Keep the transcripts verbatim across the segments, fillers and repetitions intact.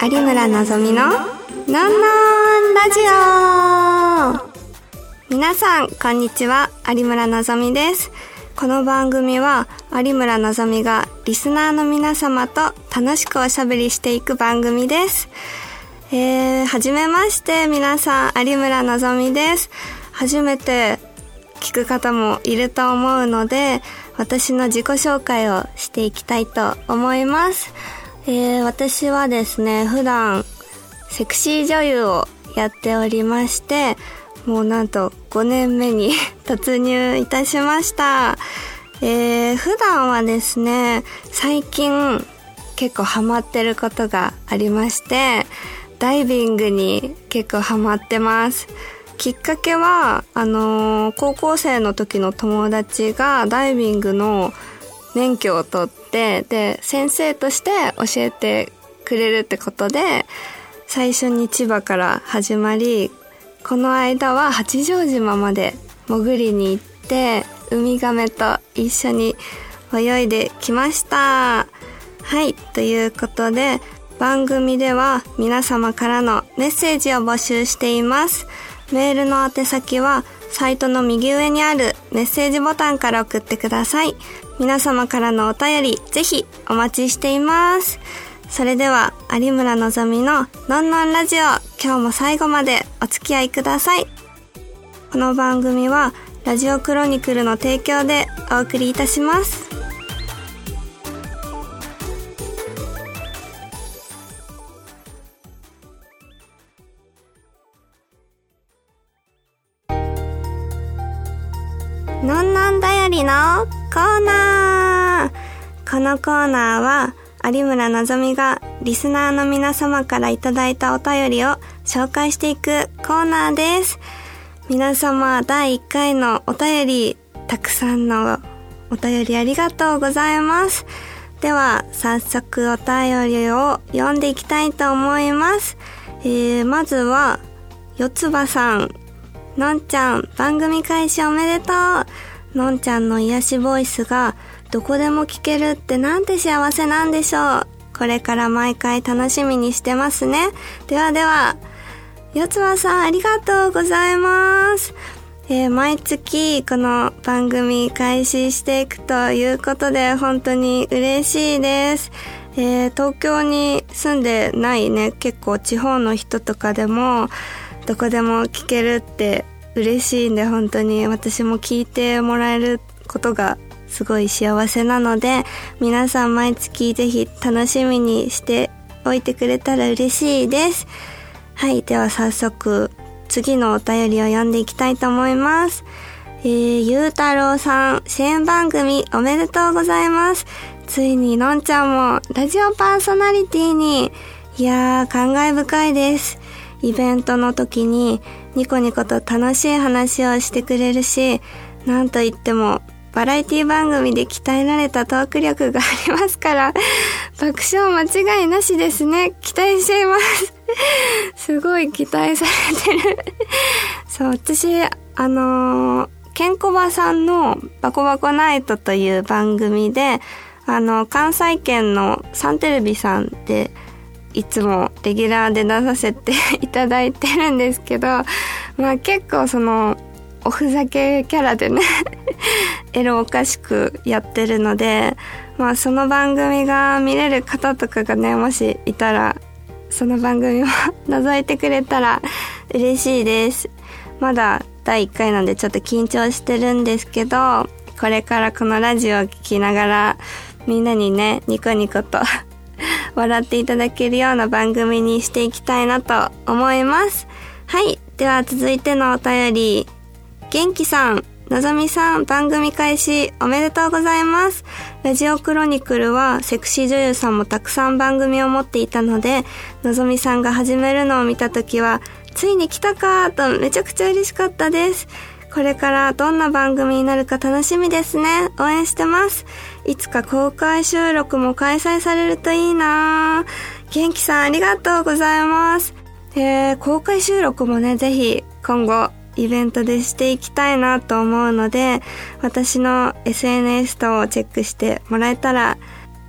有村なぞみののんのんラジオ。皆さんこんにちは、有村なぞみです。この番組は有村なぞみがリスナーの皆様と楽しくおしゃべりしていく番組です。えー、はじめまして、皆さん、有村なぞみです。初めて聞く方もいると思うので、私の自己紹介をしていきたいと思います。えー、私はですね、普段セクシー女優をやっておりまして、もうなんとごねんめに突入いたしました。えー、普段はですね、最近結構ハマってることがありまして、ダイビングに結構ハマってます。きっかけはあのー、高校生の時の友達がダイビングの免許を取って、で先生として教えてくれるってことで、最初に千葉から始まり、この間は八丈島まで潜りに行ってウミガメと一緒に泳いできました。はい、ということで番組では皆様からのメッセージを募集しています。メールの宛先はサイトの右上にあるメッセージボタンから送ってください。皆様からのお便りぜひお待ちしています。それでは有村のぞみののんのんラジオ、今日も最後までお付き合いください。この番組はラジオクロニクルの提供でお送りいたします。のんのんだよりのコーナー。このコーナーは有村なぞみがリスナーの皆様からいただいたお便りを紹介していくコーナーです。皆様だいいっかいのお便り、たくさんのお便りありがとうございます。では早速お便りを読んでいきたいと思います。えー、まずはよつばさん。のんちゃん、番組開始おめでとう。のんちゃんの癒しボイスがどこでも聞けるってなんて幸せなんでしょう。これから毎回楽しみにしてますね。ではでは、よつばさんありがとうございます。えー、毎月この番組開始していくということで本当に嬉しいです。えー、東京に住んでないね、結構地方の人とかでもどこでも聞けるって嬉しいんで、本当に私も聞いてもらえることがすごい幸せなので、皆さん毎月ぜひ楽しみにしておいてくれたら嬉しいです。はい、では早速次のお便りを読んでいきたいと思います。えー、ゆうたろうさん、支援番組おめでとうございます。ついにのんちゃんもラジオパーソナリティに。いやー、感慨深いです。イベントの時にニコニコと楽しい話をしてくれるし、なんといってもバラエティ番組で鍛えられたトーク力がありますから爆笑間違いなしですね。期待していますすごい期待されてるそう、私あのー、ケンコバさんのバコバコナイトという番組で、あの関西圏のサンテレビさんでいつもレギュラーで出させていただいてるんですけど、まあ結構そのおふざけキャラでねエロおかしくやってるので、まあその番組が見れる方とかがね、もしいたらその番組を覗いてくれたら嬉しいです。まだだいいっかいなんでちょっと緊張してるんですけど、これからこのラジオを聞きながらみんなにね、ニコニコと笑っていただけるような番組にしていきたいなと思います。はい、では続いてのお便り、元気さん、のぞみさん、番組開始おめでとうございます。ラジオクロニクルはセクシー女優さんもたくさん番組を持っていたので、のぞみさんが始めるのを見たときはついに来たかとめちゃくちゃ嬉しかったです。これからどんな番組になるか楽しみですね。応援してます。いつか公開収録も開催されるといいな。元気さんありがとうございます。えー、公開収録もね、ぜひ今後イベントでしていきたいなと思うので、私の エスエヌエス 等をチェックしてもらえたら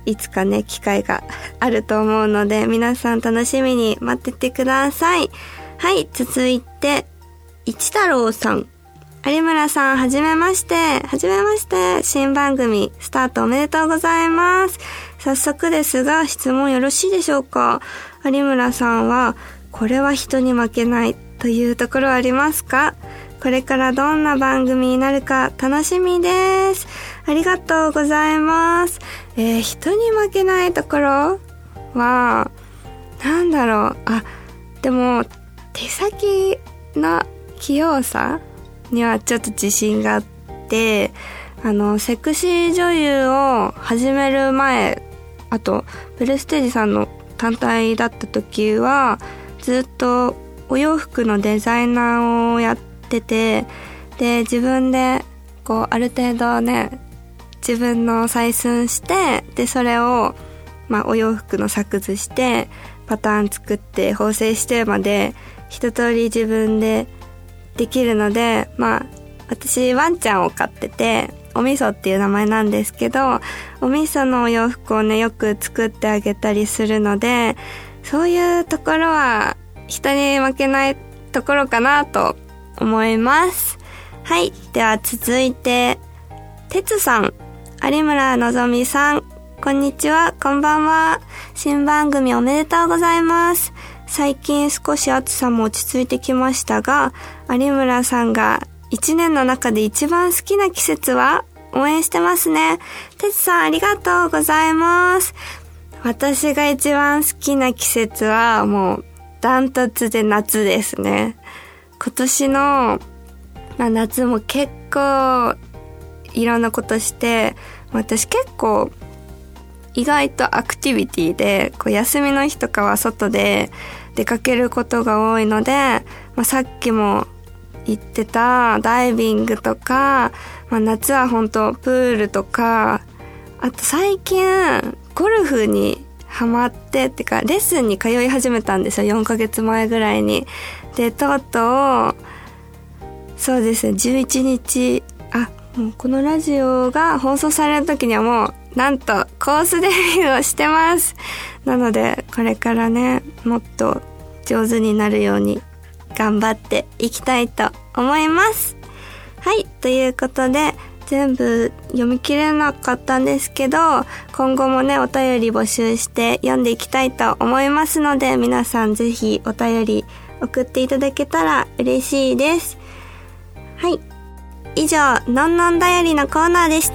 いつかね機会があると思うので、皆さん楽しみに待っててください。はい、続いて一太郎さん。有村さん、はじめまして。はじめまして。新番組スタートおめでとうございます。早速ですが質問よろしいでしょうか。有村さんはこれは人に負けないというところはありますか？これからどんな番組になるか楽しみです。ありがとうございます。えー、人に負けないところはなんだろう。あ、でも手先の器用さにはちょっと自信があって、あのセクシー女優を始める前、あとブルステージさんの単体だった時はずっとお洋服のデザイナーをやってて、で自分でこうある程度ね自分の採寸して、でそれをまあお洋服の作図してパターン作って縫製してまで一通り自分でできるので、まあ私ワンちゃんを飼ってて、おみそっていう名前なんですけど、おみそのお洋服をねよく作ってあげたりするので、そういうところは人に負けないところかなと思います。はい、では続いててつさん。有村のぞみさん、こんにちは、こんばんは。新番組おめでとうございます。最近少し暑さも落ち着いてきましたが、有村さんが一年の中で一番好きな季節は？応援してますね。てつさん、ありがとうございます。私が一番好きな季節はもうダントツで夏ですね。今年の、まあ、夏も結構いろんなことして、私結構意外とアクティビティでこう休みの日とかは外で出かけることが多いので、まあ、さっきも言ってたダイビングとか、まあ、夏は本当プールとか、あと最近ゴルフにハマってってかレッスンに通い始めたんですよ。よんかげつまえぐらいに。でとうとうそうですねじゅういちにち、あもうこのラジオが放送される時にはもうなんとコースデビューをしてます。なのでこれからねもっと上手になるように頑張っていきたいと思います。はい、ということで全部読み切れなかったんですけど、今後もねお便り募集して読んでいきたいと思いますので、皆さんぜひお便り送っていただけたら嬉しいです。はい、以上のんのんだよりのコーナーでした。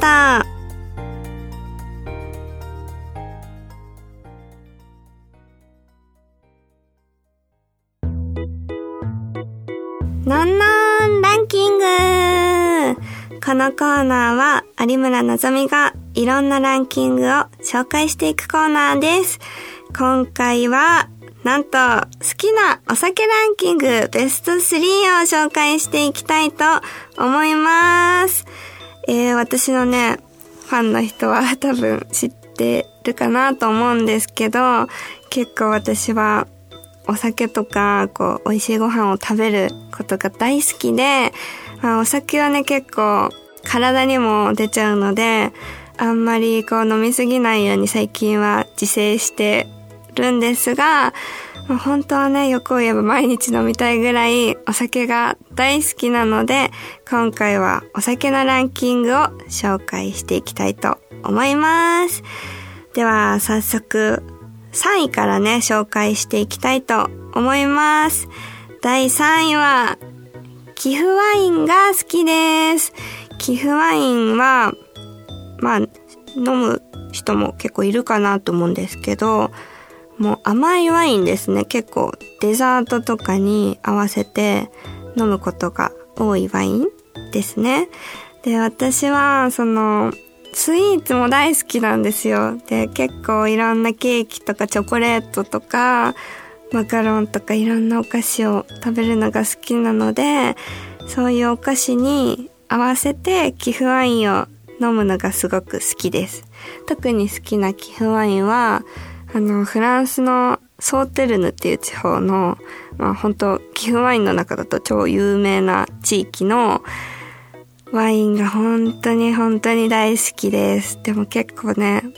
のんのんランキング。このコーナーは有村のぞみがいろんなランキングを紹介していくコーナーです。今回はなんと好きなお酒ランキングベストスリーを紹介していきたいと思います。えー、私のねファンの人は多分知ってるかなと思うんですけど、結構私はお酒とかこう美味しいご飯を食べることが大好きで、まあ、お酒はね結構体にも出ちゃうので、あんまりこう飲みすぎないように最近は自制してるんですが、まあ、本当はね欲を言えば毎日飲みたいぐらいお酒が大好きなので、今回はお酒のランキングを紹介していきたいと思います。では早速さんいからね紹介していきたいと思います。だいさんいは貴腐ワインが好きです。貴腐ワインはまあ飲む人も結構いるかなと思うんですけど、もう甘いワインですね。結構デザートとかに合わせて飲むことが多いワインですね。で私はそのスイーツも大好きなんですよ。で結構いろんなケーキとかチョコレートとかマカロンとかいろんなお菓子を食べるのが好きなので、そういうお菓子に合わせて貴腐ワインを飲むのがすごく好きです。特に好きな貴腐ワインはあのフランスのソーテルヌっていう地方の、まあ本当貴腐ワインの中だと超有名な地域のワインが本当に本当に大好きです。でも結構ね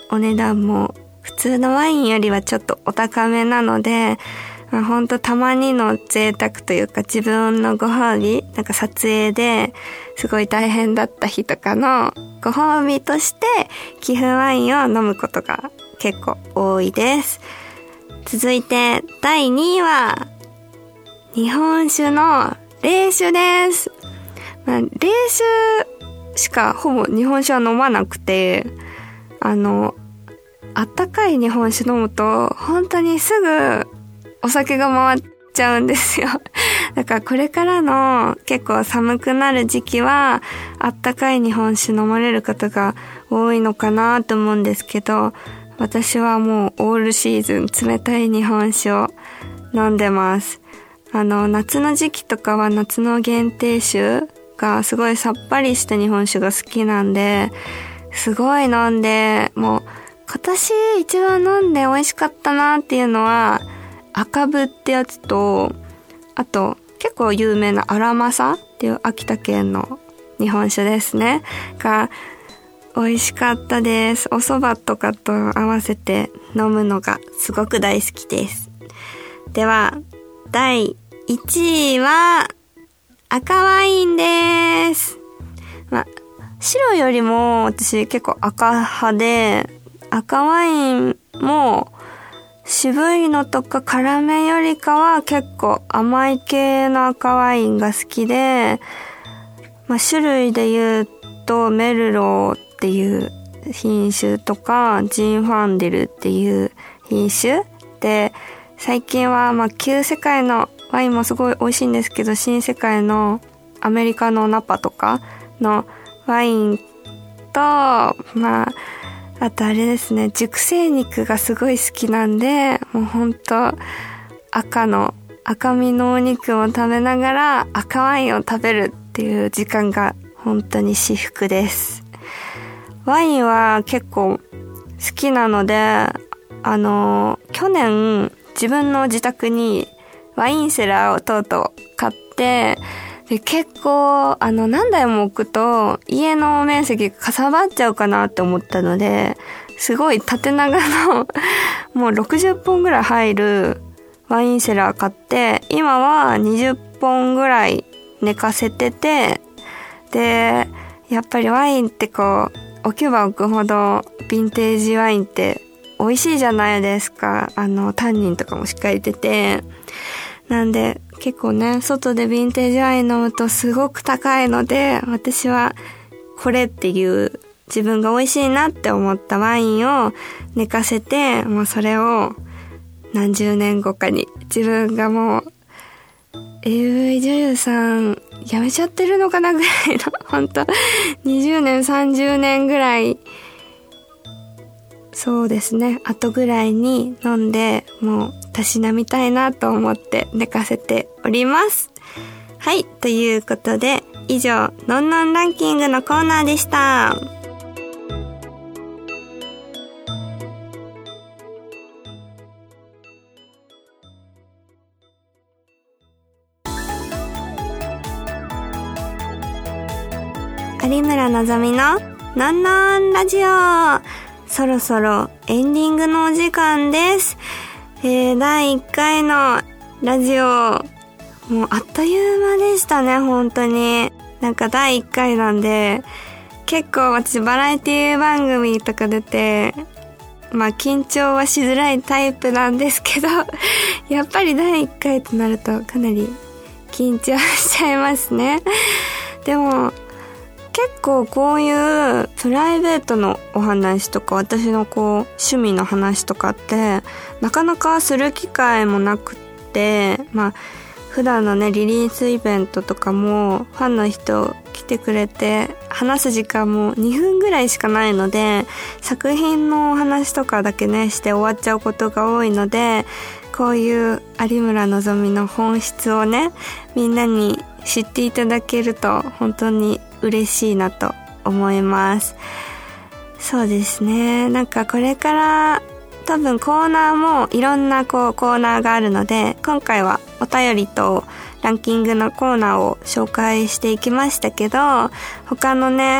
お値段も普通のワインよりはちょっとお高めなので、まあ、ほんとたまにの贅沢というか、自分のご褒美、なんか撮影ですごい大変だった日とかのご褒美として貴腐ワインを飲むことが結構多いです。続いてだいにいは日本酒の冷酒です。まあ、冷酒しかほぼ日本酒は飲まなくて、あのあったかい日本酒飲むと本当にすぐお酒が回っちゃうんですよ。だからこれからの結構寒くなる時期はあったかい日本酒飲まれる方が多いのかなと思うんですけど、私はもうオールシーズン冷たい日本酒を飲んでます。あの夏の時期とかは夏の限定酒がすごいさっぱりした日本酒が好きなんで、すごい飲んで、もう今年一番飲んで美味しかったなっていうのは赤部ってやつと、あと結構有名な荒政っていう秋田県の日本酒ですねが美味しかったです。お蕎麦とかと合わせて飲むのがすごく大好きです。ではだいいちいは赤ワインです。まあ、白よりも私結構赤派で、赤ワインも渋いのとか辛めよりかは結構甘い系の赤ワインが好きで、まあ、種類で言うとメルローっていう品種とかジンファンデルっていう品種で、最近はまあ旧世界のワインもすごい美味しいんですけど、新世界のアメリカのナパとかのワインと、まああとあれですね、熟成肉がすごい好きなんで、もうほんと赤の赤身のお肉を食べながら赤ワインを食べるっていう時間が本当に至福です。ワインは結構好きなので、あの去年自分の自宅にワインセラーをとうとう買って、で結構あの何台も置くと家の面積がかさばっちゃうかなって思ったので、すごい縦長のもうろくじゅっぽんぐらい入るワインセラー買って、今はにじゅっぽんぐらい寝かせてて、でやっぱりワインってこう置けば置くほどヴィンテージワインって美味しいじゃないですか。あのタンニンとかもしっかり出て、なんで結構ね、外でヴィンテージワイン飲むとすごく高いので、私はこれっていう自分が美味しいなって思ったワインを寝かせて、もうそれを何十年後かに自分がもう エーブイ 女優さん辞めちゃってるのかなぐらいの本当にじゅうねんさんじゅうねんぐらい、そうですね、後ぐらいに飲んでもうたしなみたいなと思って寝かせております。はい、ということで以上のんのんランキングのコーナーでした。有村のぞみののんのんラジオ、そろそろエンディングのお時間です。えー、だいいっかいのラジオ、もうあっという間でしたね、本当に。なんかだいいっかいなんで、結構私バラエティ番組とか出て、まあ緊張はしづらいタイプなんですけど、やっぱりだいいっかいとなるとかなり緊張しちゃいますね。でも結構こういうプライベートのお話とか私のこう趣味の話とかってなかなかする機会もなくって、まあ普段のねリリースイベントとかもファンの人来てくれて話す時間もにふんぐらいしかないので、作品のお話とかだけねして終わっちゃうことが多いので、こういう有村のぞみの本質をねみんなに知っていただけると本当に嬉しいなと思います。そうですね、なんかこれから多分コーナーもいろんなこうコーナーがあるので、今回はお便りとランキングのコーナーを紹介していきましたけど、他のね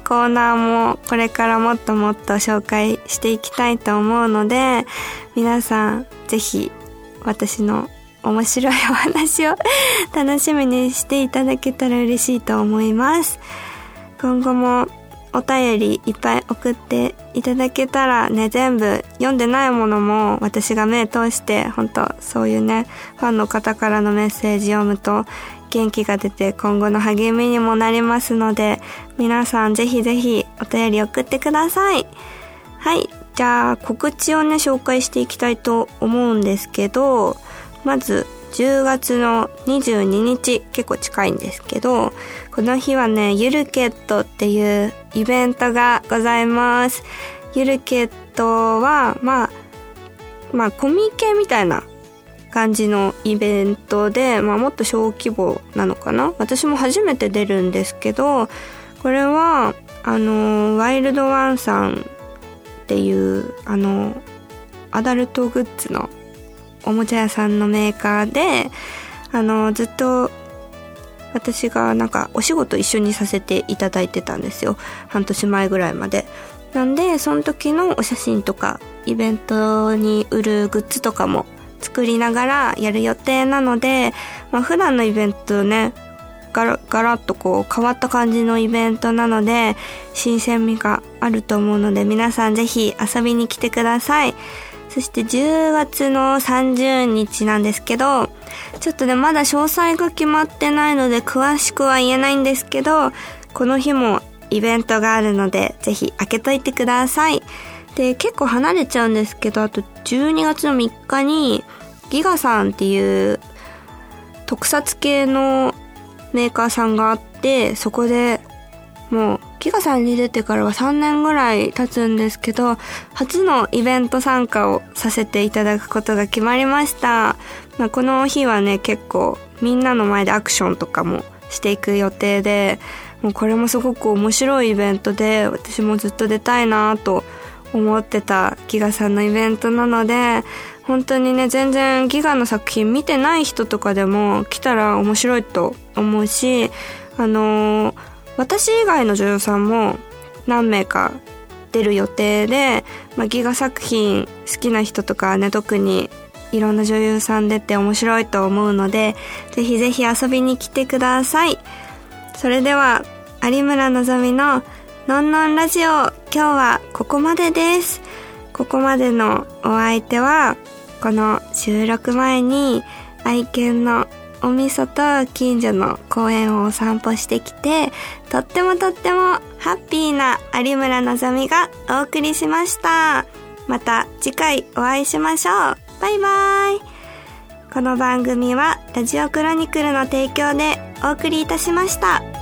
コーナーもこれからもっともっと紹介していきたいと思うので、皆さんぜひ私の面白いお話を楽しみにしていただけたら嬉しいと思います。今後もお便りいっぱい送っていただけたらね、全部読んでないものも私が目通して本当そういうねファンの方からのメッセージ読むと元気が出て今後の励みにもなりますので、皆さんぜひぜひお便り送ってください。はい、じゃあ告知をね紹介していきたいと思うんですけど、まずじゅうがつのにじゅうににち、結構近いんですけど、この日はねゆるケットっていうイベントがございます。ゆるケットはまあまあコミケみたいな感じのイベントで、まあもっと小規模なのかな。私も初めて出るんですけど、これはあのワイルドワンさんっていうあのアダルトグッズのおもちゃ屋さんのメーカーで、あのずっと私がなんかお仕事一緒にさせていただいてたんですよ、半年前ぐらいまで。なんでその時のお写真とかイベントに売るグッズとかも作りながらやる予定なので、まあ、普段のイベントねガラガラッとこう変わった感じのイベントなので新鮮味があると思うので、皆さんぜひ遊びに来てください。そしてじゅうがつのさんじゅうにちなんですけど、ちょっとねまだ詳細が決まってないので詳しくは言えないんですけど、この日もイベントがあるのでぜひ開けといてください。で結構離れちゃうんですけど、あとじゅうにがつのみっかにギガさんっていう特撮系のメーカーさんがあって、そこでもうギガさんに出てからはさんねんぐらい経つんですけど、初のイベント参加をさせていただくことが決まりました。まあ、この日はね結構みんなの前でアクションとかもしていく予定で、もうこれもすごく面白いイベントで私もずっと出たいなと思ってたギガさんのイベントなので、本当にね全然ギガの作品見てない人とかでも来たら面白いと思うし、あのー、私以外の女優さんも何名か出る予定で、まあ、ギガ作品好きな人とかね特にいろんな女優さん出て面白いと思うので、ぜひぜひ遊びに来てください。それでは有村のぞみののんのんラジオ、今日はここまでです。ここまでのお相手はこの収録前に愛犬のおみそと近所の公園をお散歩してきて、とってもとってもハッピーな有村のぞみがお送りしました。また次回お会いしましょう。バイバイ。この番組はラジオクロニクルの提供でお送りいたしました。